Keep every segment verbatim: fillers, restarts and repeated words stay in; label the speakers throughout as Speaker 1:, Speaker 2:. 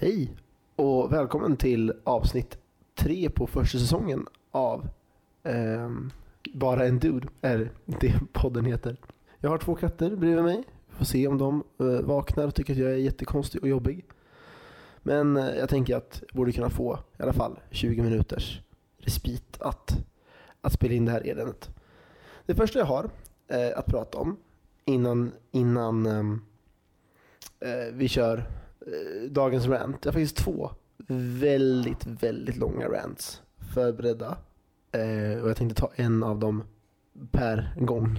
Speaker 1: Hej och välkommen till avsnitt tre på första säsongen av eh, Bara en dude, är det podden heter. Jag har två katter bredvid mig. Får se om de eh, vaknar och tycker att jag är jättekonstig och jobbig. Men eh, jag tänker att jag borde kunna få i alla fall tjugo minuters respit att, att spela in det här eländet. Det första jag har eh, att prata om innan, innan eh, vi kör eh, dagens rant. Jag har faktiskt två väldigt, väldigt långa rants förberedda. Eh, och jag tänkte ta en av dem per gång.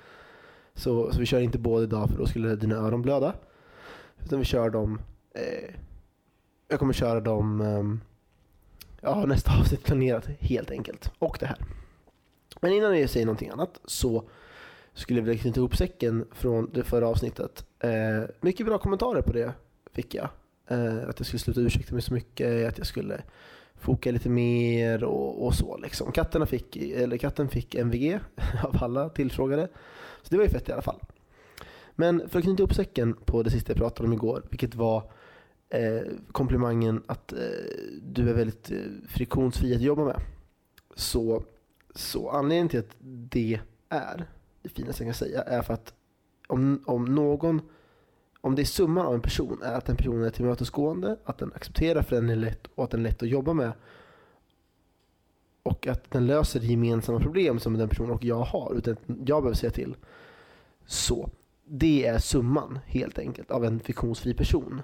Speaker 1: Så, så vi kör inte båda idag, för då skulle dina öron blöda. Utan vi kör dem... Eh, jag kommer köra dem... Eh, ja, nästa avsnitt planerat helt enkelt. Och det här. Men innan jag säger någonting annat så skulle jag vilja knyta ihop säcken från det förra avsnittet. Eh, mycket bra kommentarer på det fick jag. Eh, att jag skulle sluta ursäkta mig så mycket. Att jag skulle foka lite mer och, och så liksom. Katterna fick, eller katten fick M V G av alla tillfrågade. Så det var ju fett i alla fall. Men för att knyta ihop säcken på det sista jag pratade om igår, vilket var eh, komplimangen att eh, du är väldigt eh, friktionsfri att jobba med. Så, så anledningen till att det är det finaste jag kan säga är för att om, om någon om det är summan av en person är att den personen är tillmötesgående, att den accepterar förändring lätt och att den är lätt att jobba med och att den löser gemensamma problem som den personen och jag har utan att jag behöver säga till. Så det är summan helt enkelt av en friktionsfri person.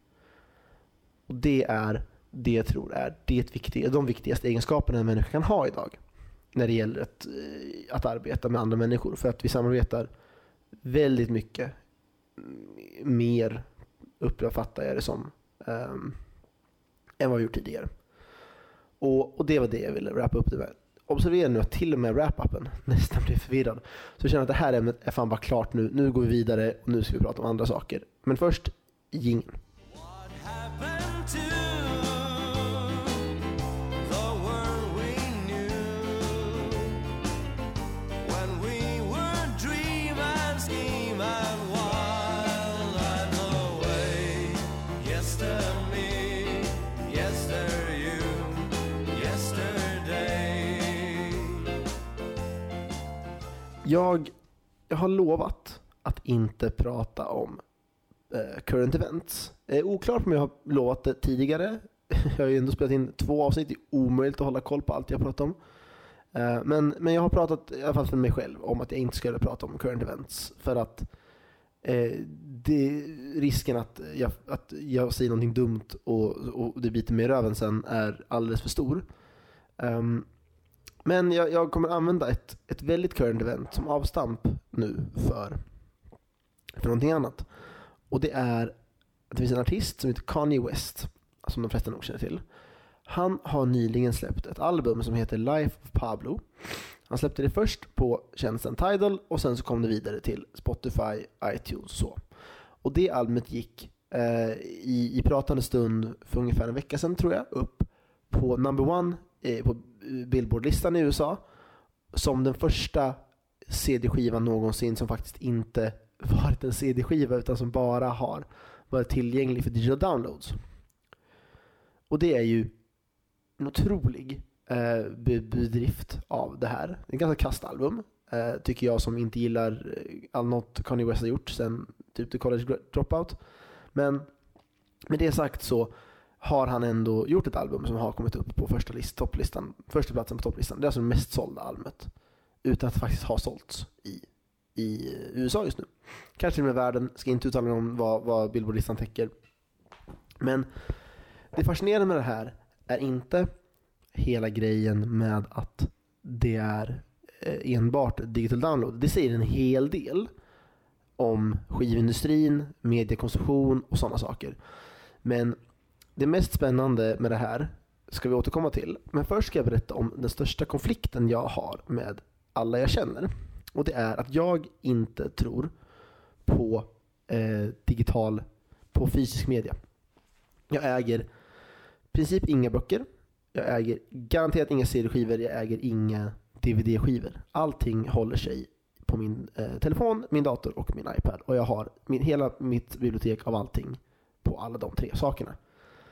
Speaker 1: Och det är det jag tror är det viktiga, de viktigaste egenskaperna en människa kan ha idag när det gäller att, att arbeta med andra människor. För att vi samarbetar väldigt mycket mer, uppfattar jag det som, um, än vad vi gjort tidigare. Och, och det var det jag ville wrappa upp det med. Observera nu att till och med wrap-upen nästan blev förvirrad. Så jag känner att det här ämnet är fan bara klart nu. Nu går vi vidare och nu ska vi prata om andra saker. Men först, jingeln. Jag, jag har lovat att inte prata om eh, current events. Det är oklart om jag har lovat det tidigare. Jag har ju ändå spelat in två avsnitt. Det är omöjligt att hålla koll på allt jag pratar om. Eh, men, men jag har pratat, i alla fall för mig själv, om att jag inte skulle prata om current events. För att eh, det, risken att jag, att jag säger någonting dumt och, och det biter mig i röven sen är alldeles för stor. Um, Men jag, jag kommer använda ett, ett väldigt current event som avstamp nu för, för någonting annat. Och det är att det finns en artist som heter Kanye West, som de flesta nog känner till. Han har nyligen släppt ett album som heter Life of Pablo. Han släppte det först på tjänsten Tidal och sen så kom det vidare till Spotify, iTunes och så. Och det albumet gick eh, i, i pratande stund för ungefär en vecka sedan tror jag upp på number one eh, på Billboard-listan i U S A som den första C D-skivan någonsin som faktiskt inte varit en C D-skiva utan som bara har varit tillgänglig för digital downloads. Och det är ju en otrolig eh, bedrift av det här. Det är ett ganska kastalbum eh, tycker jag som inte gillar all något Kanye West har gjort sen typ The College Dropout. Men med det sagt så har han ändå gjort ett album som har kommit upp på första list, topplistan, första platsen på topplistan. Det är alltså det mest sålda albumet utan att faktiskt ha sålts i, i U S A just nu. Kanske till och med världen, ska inte uttala mig om vad, vad Billboard-listan täcker. Men det fascinerande med det här är inte hela grejen med att det är enbart digital download. Det säger en hel del om skivindustrin, mediekonsumtion och sådana saker. Men det mest spännande med det här ska vi återkomma till. Men först ska jag berätta om den största konflikten jag har med alla jag känner. Och det är att jag inte tror på eh, digital, på fysisk media. Jag äger i princip inga böcker. Jag äger garanterat inga C D-skivor. Jag äger inga D V D-skivor. Allting håller sig på min eh, telefon, min dator och min iPad. Och jag har min, hela mitt bibliotek av allting på alla de tre sakerna.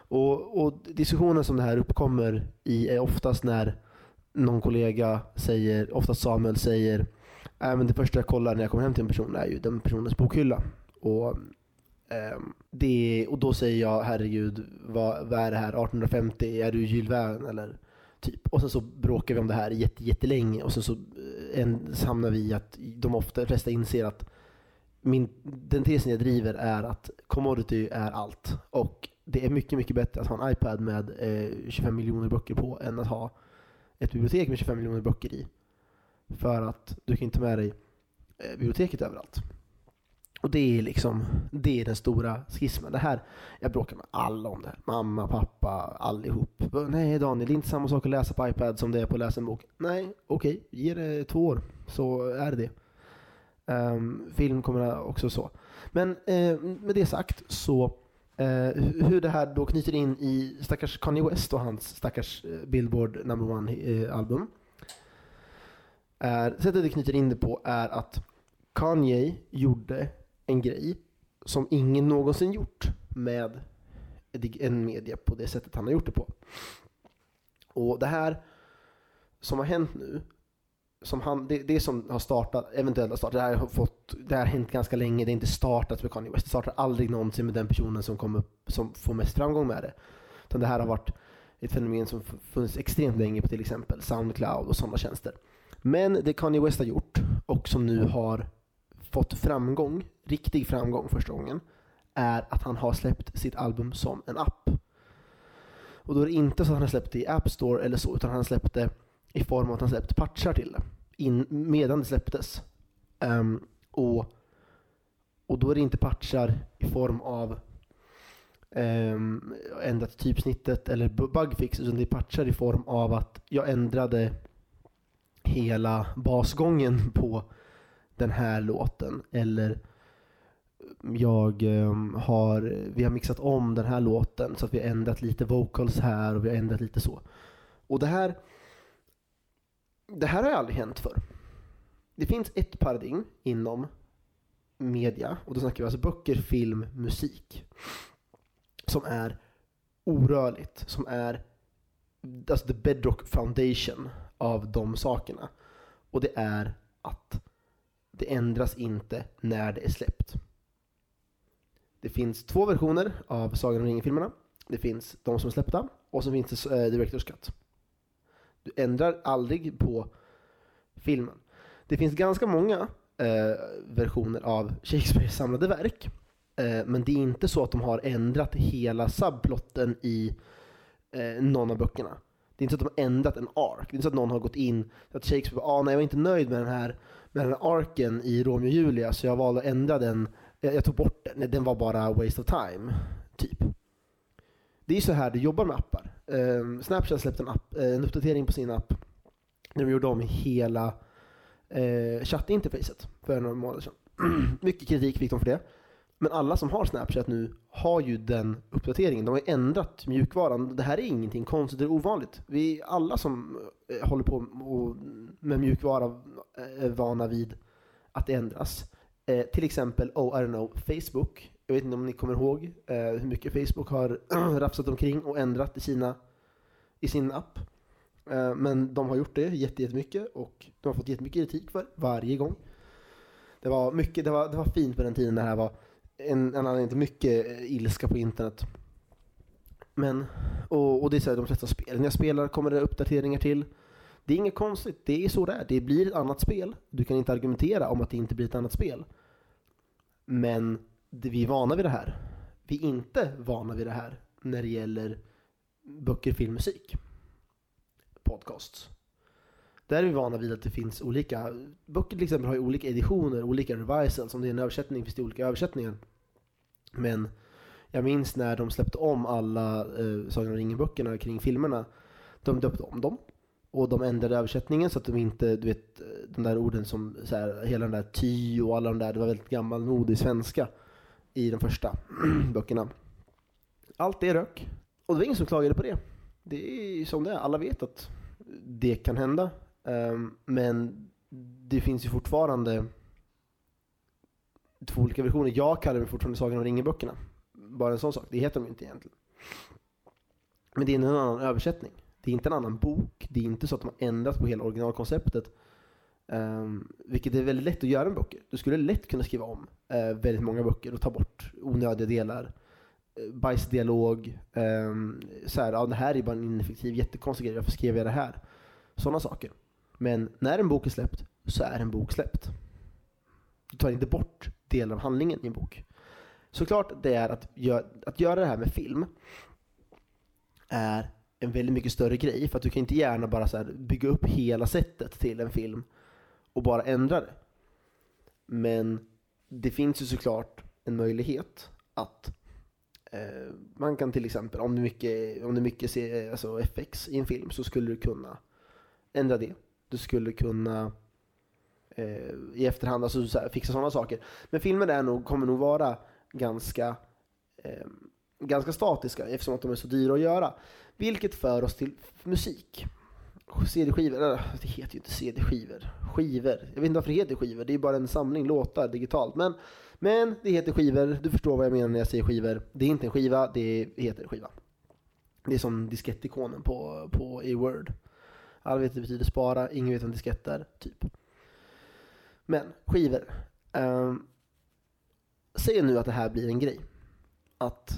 Speaker 1: Och, och diskussionen som det här uppkommer i är oftast när någon kollega säger, oftast Samuel säger, äh, men det första jag kollar när jag kommer hem till en person är ju den personens bokhylla. Och, eh, det, och då säger jag, herregud, vad, vad är det här, arton femtio, är du Jules Verne eller typ. Och sen så bråkar vi om det här jätte, jättelänge och sen så en, hamnar vi i att de ofta flesta inser att min, den tesen jag driver är att commodity är allt. Och det är mycket, mycket bättre att ha en iPad med eh, tjugofem miljoner böcker på än att ha ett bibliotek med tjugofem miljoner böcker i. För att du kan inte med dig eh, biblioteket överallt. Och det är liksom, det är den stora skismen. Det här, jag bråkar med alla om det här. Mamma, pappa, allihop. Nej Daniel, det är inte samma sak att läsa på iPad som det är på att läsa en bok. Nej, okej, okay, ge det två år så är det det. Um, film kommer också så. Men uh, med det sagt så uh, hur det här då knyter in i stackars Kanye West och hans stackars uh, Billboard number one uh, album. Är, sättet det knyter in det på är att Kanye gjorde en grej som ingen någonsin gjort med en media på det sättet han har gjort det på. Och det här som har hänt nu, som han, det, det som har startat, eventuellt har startat, det här har, fått, det här har hänt ganska länge, det är inte startat med Kanye West, det startar aldrig någonsin med den personen som, kommer, som får mest framgång med det. Utan det här har varit ett fenomen som funnits extremt länge på till exempel SoundCloud och sådana tjänster. Men det Kanye West har gjort och som nu har fått framgång, riktig framgång första gången, är att han har släppt sitt album som en app. Och då är det inte så att han har släppt det i App Store eller så, utan han har släppt det i form av att han släppt patchar till det in, medan det släpptes. Um, och, och då är det inte patchar i form av um, ändrat typsnittet eller bugfix, utan det är patchar i form av att jag ändrade hela basgången på den här låten, eller jag um, har vi har mixat om den här låten så att vi har ändrat lite vocals här och vi har ändrat lite så. Och det här det här har aldrig hänt förr. Det finns ett paradigm inom media, och då snackar vi alltså böcker, film, musik, som är orörligt, som är alltså the bedrock foundation av de sakerna. Och det är att det ändras inte när det är släppt. Det finns två versioner av Sagan om ringen-filmerna. Det finns de som är släppta och så finns det eh, Director's Cut. Du ändrar aldrig på filmen. Det finns ganska många eh, versioner av Shakespeares samlade verk. Eh, men det är inte så att de har ändrat hela subplotten i eh, någon av böckerna. Det är inte så att de har ändrat en ark. Det är inte så att någon har gått in att Shakespeare, ah, nej, jag var inte nöjd med den här med den här arken i Romeo och Julia, så jag valde att ändra den. Jag, jag tog bort den. Den var bara waste of time, typ. Det är så här du jobbar med appar. Um, Snapchat släppte en, app, en uppdatering på sin app när de gjorde om hela uh, chattinterfacet för några månader sedan. Mycket kritik fick de för det. Men alla som har Snapchat nu har ju den uppdateringen. De har ändrat mjukvaran. Det här är ingenting konstigt eller ovanligt. Vi alla som eh, håller på och, med mjukvara är vana vid att det ändras. Eh, till exempel, oh I don't know, Facebook. Jag vet inte om ni kommer ihåg eh, hur mycket Facebook har rafsat omkring och ändrat i, sina, i sin app. Eh, men de har gjort det jätte, jättemycket och de har fått jättemycket kritik för varje gång. Det var, mycket, det var, det var fint på den tiden det här var en, en annan inte mycket ilska på internet. Men och, och det är så här, de flesta spel när jag spelar kommer det uppdateringar till. Det är inget konstigt, det är så det är. Det blir ett annat spel. Du kan inte argumentera om att det inte blir ett annat spel. Men det, vi är vana vid det här. Vi är inte vana vid det här när det gäller böcker, film, musik, podcasts. Där är vi vana vid att det finns olika böcker till exempel har ju olika editioner, olika revisals. Om det är en översättning finns det olika översättningar. Men jag minns när de släppte om alla eh, Sagan om ringen-böckerna kring filmerna. De döpte om dem. Och de ändrade översättningen så att de inte, du vet, de där orden som så här, hela den där ty och alla de där, det var väldigt gammalmodig svenska i de första böckerna. Allt det rök. Och det var ingen som klagade på det. Det är som det är. Alla vet att det kan hända. Um, men det finns ju fortfarande två olika versioner. Jag kallar det fortfarande Sagan om ringen-böckerna. Bara en sån sak. Det heter de inte egentligen. Men det är en annan översättning. Det är inte en annan bok. Det är inte så att de har ändrat på hela originalkonceptet. Um, vilket är väldigt lätt att göra med böcker. Du skulle lätt kunna skriva om uh, väldigt många böcker och ta bort onödiga delar. Uh, bajsdialog. Um, så här, ja, det här är bara en ineffektiv, jättekonstig grej. Varför skrev jag det här? Sådana saker. Men när en bok är släppt så är en bok släppt. Du tar inte bort delar av handlingen i en bok. Såklart det är att, gör, att göra det här med film är en väldigt mycket större grej, för att du kan inte gärna bara så här bygga upp hela sättet till en film och bara ändra det. Men det finns ju såklart en möjlighet att eh, man kan till exempel, om det är mycket, om det är mycket se, alltså F X i en film, så skulle du kunna ändra det. Du skulle kunna eh, i efterhand alltså, så här, fixa sådana saker. Men filmen är nog, kommer nog vara ganska eh, ganska statiska, eftersom att de är så dyra att göra. Vilket för oss till musik. C D-skivor, det heter ju inte C D-skivor. Skivor, jag vet inte varför det heter skivor. Det är bara en samling låtar digitalt. Men, men det heter skivor, du förstår vad jag menar när jag säger skivor. Det är inte en skiva, det heter skiva. Det är som diskettikonen på, på i Word. Alla vet att det betyder spara, ingen vet vad diskett är, typ. Men, skivor. Um, säg nu att det här blir en grej. Att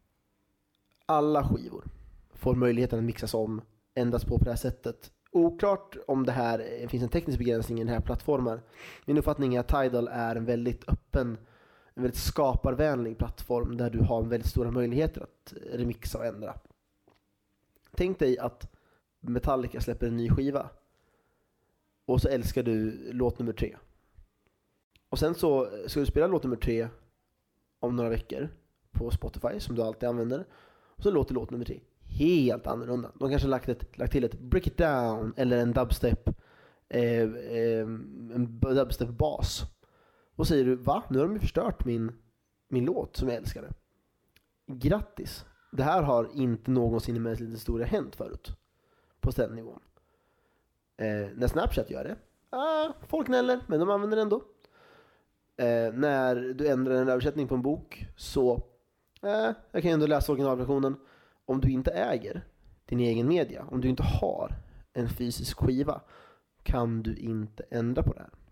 Speaker 1: alla skivor får möjligheten att mixas om, ändras på på det här sättet. Oklart om det här finns en teknisk begränsning i den här plattformen. Min uppfattning är att Tidal är en väldigt öppen, en väldigt skaparvänlig plattform där du har väldigt stora möjligheter att remixa och ändra. Tänk dig att Metallica släpper en ny skiva och så älskar du låt nummer tre. Och sen så ska du spela låt nummer tre om några veckor på Spotify som du alltid använder. Och så låter låt nummer tre helt annorlunda. De kanske lagt, ett, lagt till ett break it down eller en dubstep eh, eh, en dubstep bas. Och säger du, va? Nu har de ju förstört min, min låt som jag älskade. Grattis! Det här har inte någonsin i mänsklig historia hänt förut. På den nivån. Eh, när Snapchat gör det, ah, folk gnäller, men de använder det ändå. Eh, när du ändrar en översättning på en bok så eh, jag kan ändå läsa originalversionen. Om du inte äger din egen media, om du inte har en fysisk skiva, kan du inte ändra på det här.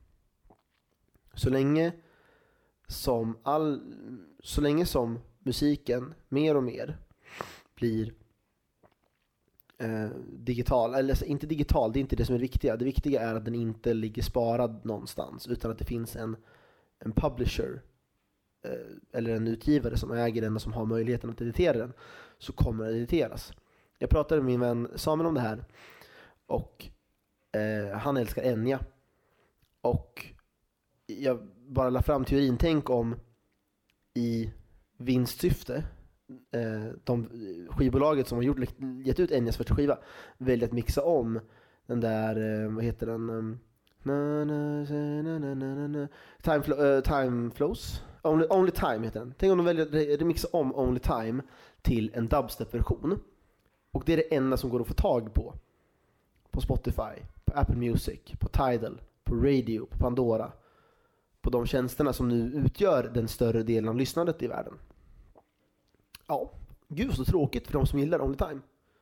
Speaker 1: Så länge som all så länge som musiken mer och mer blir eh, digital, eller inte digital, det är inte det som är det viktiga. Det viktiga är att den inte ligger sparad någonstans, utan att det finns en en publisher eh, eller en utgivare som äger den och som har möjligheten att editera den, så kommer det editeras. Jag pratade med min vän Samuel om det här och eh, han älskar Enya och jag bara la fram teorin. Tänk om i vinstsyfte eh, de skivbolaget som har gjort, gett ut Enyas första skiva väljer att mixa om den där, eh, vad heter den, um, Na, na, na, na, na, na. Time, flo- uh, time Flows Only, Only Time heter den. Tänk om de väljer att remixa om Only Time till en dubstep-version. Och det är det enda som går att få tag på. På Spotify, på Apple Music, på Tidal, på Radio, på Pandora. På de tjänsterna som nu utgör den större delen av lyssnandet i världen. Ja, gud så tråkigt för de som gillar Only Time.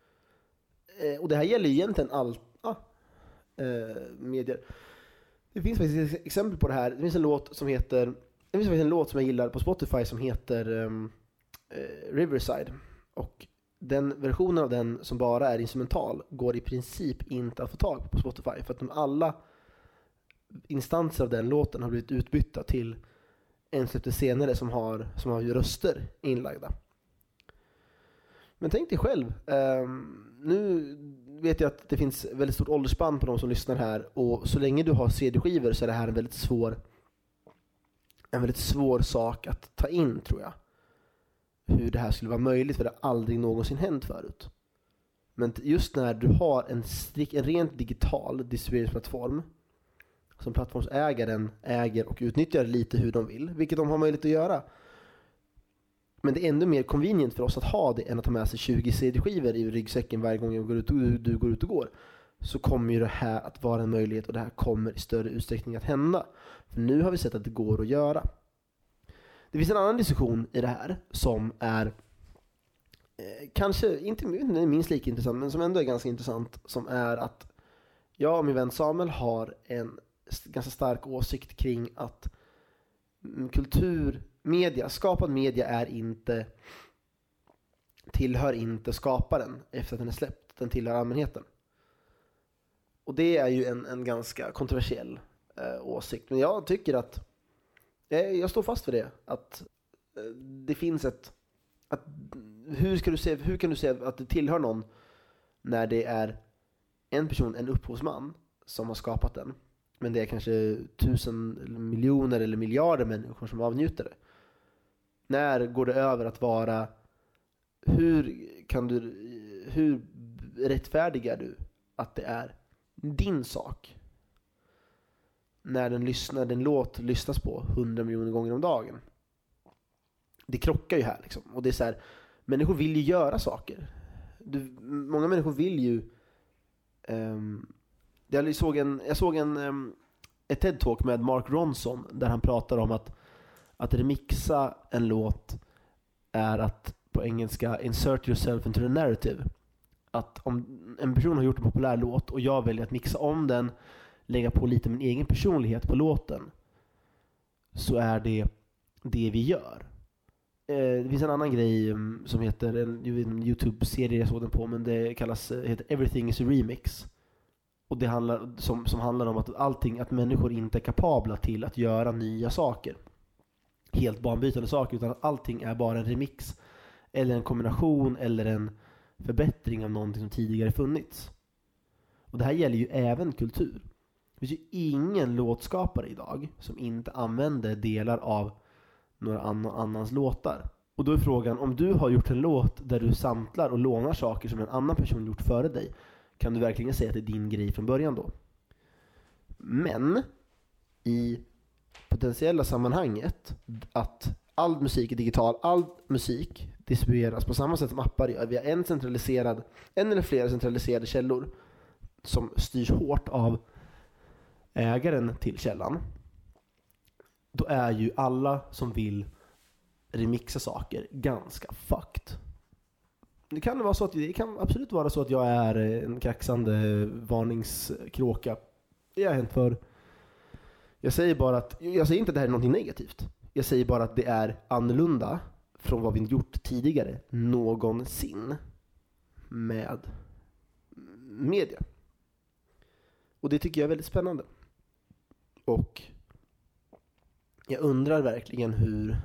Speaker 1: Eh, och det här gäller ju egentligen allt ah, eh, medier. Det finns faktiskt ett exempel på det här. Det finns en låt som heter Det finns faktiskt en låt som jag gillar på Spotify som heter um, uh, Riverside. Och den versionen av den som bara är instrumental går i princip inte att få tag på Spotify. För att de alla instanser av den låten har blivit utbytta till en släppte senare som har, som har röster inlagda. Men tänk dig själv. Um, nu vet jag att det finns väldigt stort åldersspann på de som lyssnar här. Och så länge du har C D-skivor så är det här en väldigt svår en väldigt svår sak att ta in, tror jag. Hur det här skulle vara möjligt, för det har aldrig någonsin hänt förut. Men just när du har en, strikt, en rent digital distributionsplattform som plattformsägaren äger och utnyttjar lite hur de vill, vilket de har möjlighet att göra. Men det är ändå mer convenient för oss att ha det än att ha med sig tjugo C D-skivor i ryggsäcken varje gång jag går ut och, du går ut och går. Så kommer ju det här att vara en möjlighet, och det här kommer i större utsträckning att hända. För nu har vi sett att det går att göra. Det finns en annan diskussion i det här som är eh, kanske inte minst lika intressant, men som ändå är ganska intressant, som är att jag och min vän Samuel har en ganska stark åsikt kring att kultur, media, skapad media är inte tillhör inte skaparen efter att den är släppt, den tillhör allmänheten. Och det är ju en, en ganska kontroversiell eh, åsikt, men jag tycker att eh, jag står fast för det, att eh, det finns ett att, hur ska du se, hur kan du säga att det tillhör någon när det är en person, en upphovsman som har skapat den, men det är kanske tusen miljoner eller miljarder människor som avnjuter det. När går det över att vara, hur kan du, hur rättfärdigar du att det är din sak när den lyssnar, den låt lyssnas på hundra miljoner gånger om dagen? Det krockar ju här liksom. Och det är så här, människor vill ju göra saker. Du, många människor vill ju um, jag såg en jag såg en um, ett TED-talk med Mark Ronson där han pratar om att att remixa en låt är att på engelska insert yourself into the narrative. Att om en person har gjort en populär låt och jag väljer att mixa om den, lägga på lite min egen personlighet på låten, så är det det vi gör. Det finns en annan grej som heter en YouTube-serie jag såg den på, men det kallas heter Everything is a Remix. Och det handlar som, som handlar om att allting, att människor inte är kapabla till att göra nya saker, helt banbrytande saker, utan att allting är bara en remix eller en kombination eller en förbättring av någonting som tidigare funnits. Och det här gäller ju även kultur. Det finns ju ingen låtskapare idag som inte använder delar av några annans låtar. Och då är frågan, om du har gjort en låt där du samplar och lånar saker som en annan person gjort före dig, kan du verkligen säga att det är din grej från början då? Men i potentiella sammanhanget att all musik är digital, all musik distribueras på samma sätt som appar gör, via en centraliserad, en eller flera centraliserade källor som styrs hårt av ägaren till källan, då är ju alla som vill remixa saker ganska fucked. Det kan vara så att det kan absolut vara så att jag är en kraxande varningskråka. Det har hänt för. Jag säger bara att jag säger inte att det här är något negativt. Jag säger bara att det är annorlunda från vad vi gjort tidigare någonsin med media. Och det tycker jag är väldigt spännande. Och jag undrar verkligen hur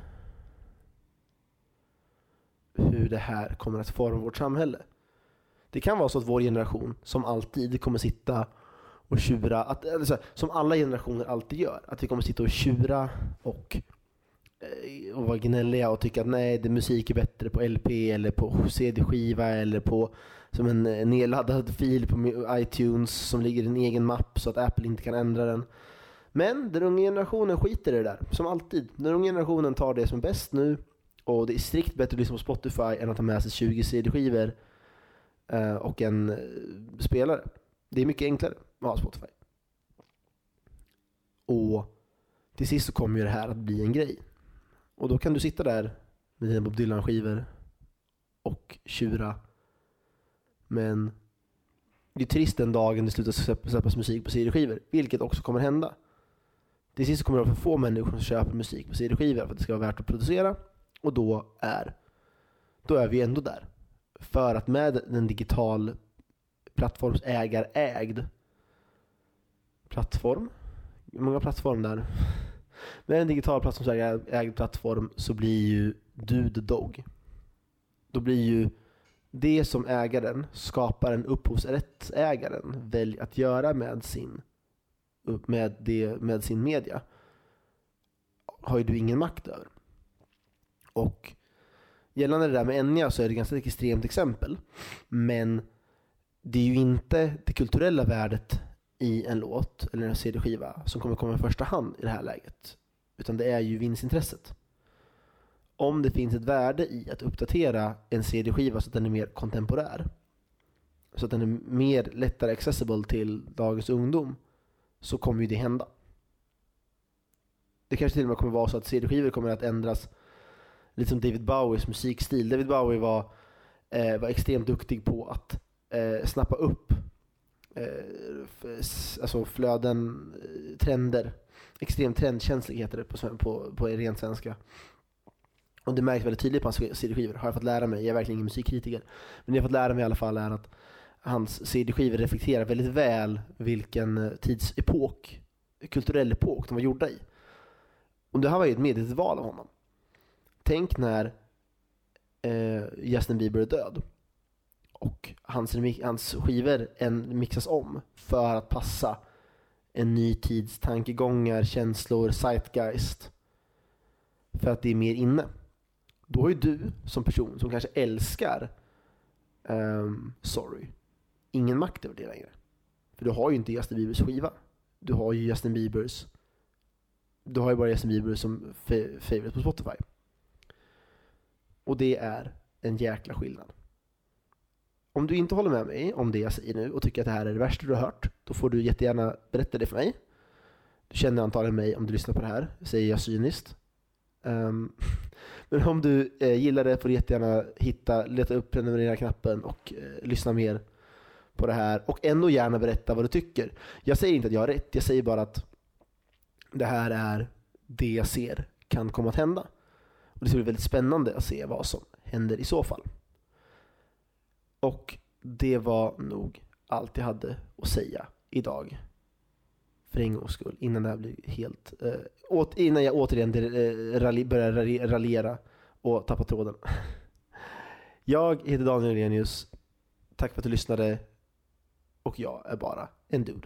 Speaker 1: hur det här kommer att forma vårt samhälle. Det kan vara så att vår generation som alltid kommer sitta och tjura, att, alltså, som alla generationer alltid gör, att vi kommer sitta och tjura och, och vara gnälliga och tycka att nej, det musik är bättre på L P eller på C D-skiva eller på som en nedladdad fil på iTunes som ligger i en egen mapp så att Apple inte kan ändra den. Men den unga generationen skiter i det där, som alltid. Den unga generationen tar det som är bäst nu, och det är strikt bättre att lyssna på Spotify än att ta med sig tjugo C D-skivor eh, och en eh, spelare. Det är mycket enklare att ha Spotify. Och till sist så kommer ju det här att bli en grej. Och då kan du sitta där med dina Bob Dylan-skivor och tjura. Men det är trist den dagen det slutar släppas musik på C D-skivor, vilket också kommer hända. Till sist så kommer det vara för få människor som köper musik på C D-skivor för att det ska vara värt att producera. Och då är då är vi ändå där. För att med en digital plattformsägarägd plattform, många plattform där. Med en digital plattformsägarägd plattform så blir ju du the dog. Då blir ju det som ägaren, skaparen, upphovsrättsägaren väljer att göra med sin med det med sin media, har ju du ingen makt över. Och gällande det där med Enya så är det ganska ett extremt exempel. Men det är ju inte det kulturella värdet i en låt eller en C D-skiva som kommer komma i första hand i det här läget. Utan det är ju vinstintresset. Om det finns ett värde i att uppdatera en C D-skiva så att den är mer kontemporär, så att den är mer lättare accessible till dagens ungdom, så kommer ju det hända. Det kanske till och med kommer vara så att C D-skivor kommer att ändras lite som David Bowies musikstil. David Bowie var eh, var extremt duktig på att eh, snappa upp eh, f- alltså flöden, eh, trender. Extremt trendkänslig heter det på, sven- på, på ren svenska. Och det märks väldigt tydligt på hans C D-skivor. Har jag fått lära mig, jag är verkligen ingen musikkritiker, men det jag har fått lära mig i alla fall är att hans C D-skivor reflekterar väldigt väl vilken tidsepok, kulturell epok de var gjorda i. Och det här var ju ett medvetet val av honom. Tänk när eh, Justin Bieber är död och hans, hans skivor en, mixas om för att passa en ny tids tankegångar, känslor, zeitgeist, för att det är mer inne. Då har ju du som person som kanske älskar um, Sorry ingen makt över det längre. För du har ju inte Justin Biebers skiva. Du har ju Justin Biebers Du har ju bara Justin Bieber som fa- favorite på Spotify. Och det är en jäkla skillnad. Om du inte håller med mig om det jag säger nu och tycker att det här är det värsta du har hört, då får du jättegärna berätta det för mig. Du känner antagligen mig om du lyssnar på det här, säger jag cyniskt. Um, men om du eh, gillar det får du jättegärna hitta, leta upp prenumerera-knappen och eh, lyssna mer på det här. Och ändå gärna berätta vad du tycker. Jag säger inte att jag har rätt, jag säger bara att det här är det jag ser kan komma att hända. Och det ska bli väldigt spännande att se vad som händer i så fall. Och det var nog allt jag hade att säga idag. För en gångs skull. Innan det här blir helt... Eh, åt, innan jag återigen eh, ralj, börjar ralj, raljera och tappa tråden. Jag heter Daniel Renius. Tack för att du lyssnade. Och jag är bara en dude.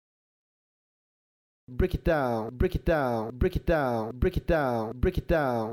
Speaker 1: Break it down, break it down, break it down, break it down, break it down.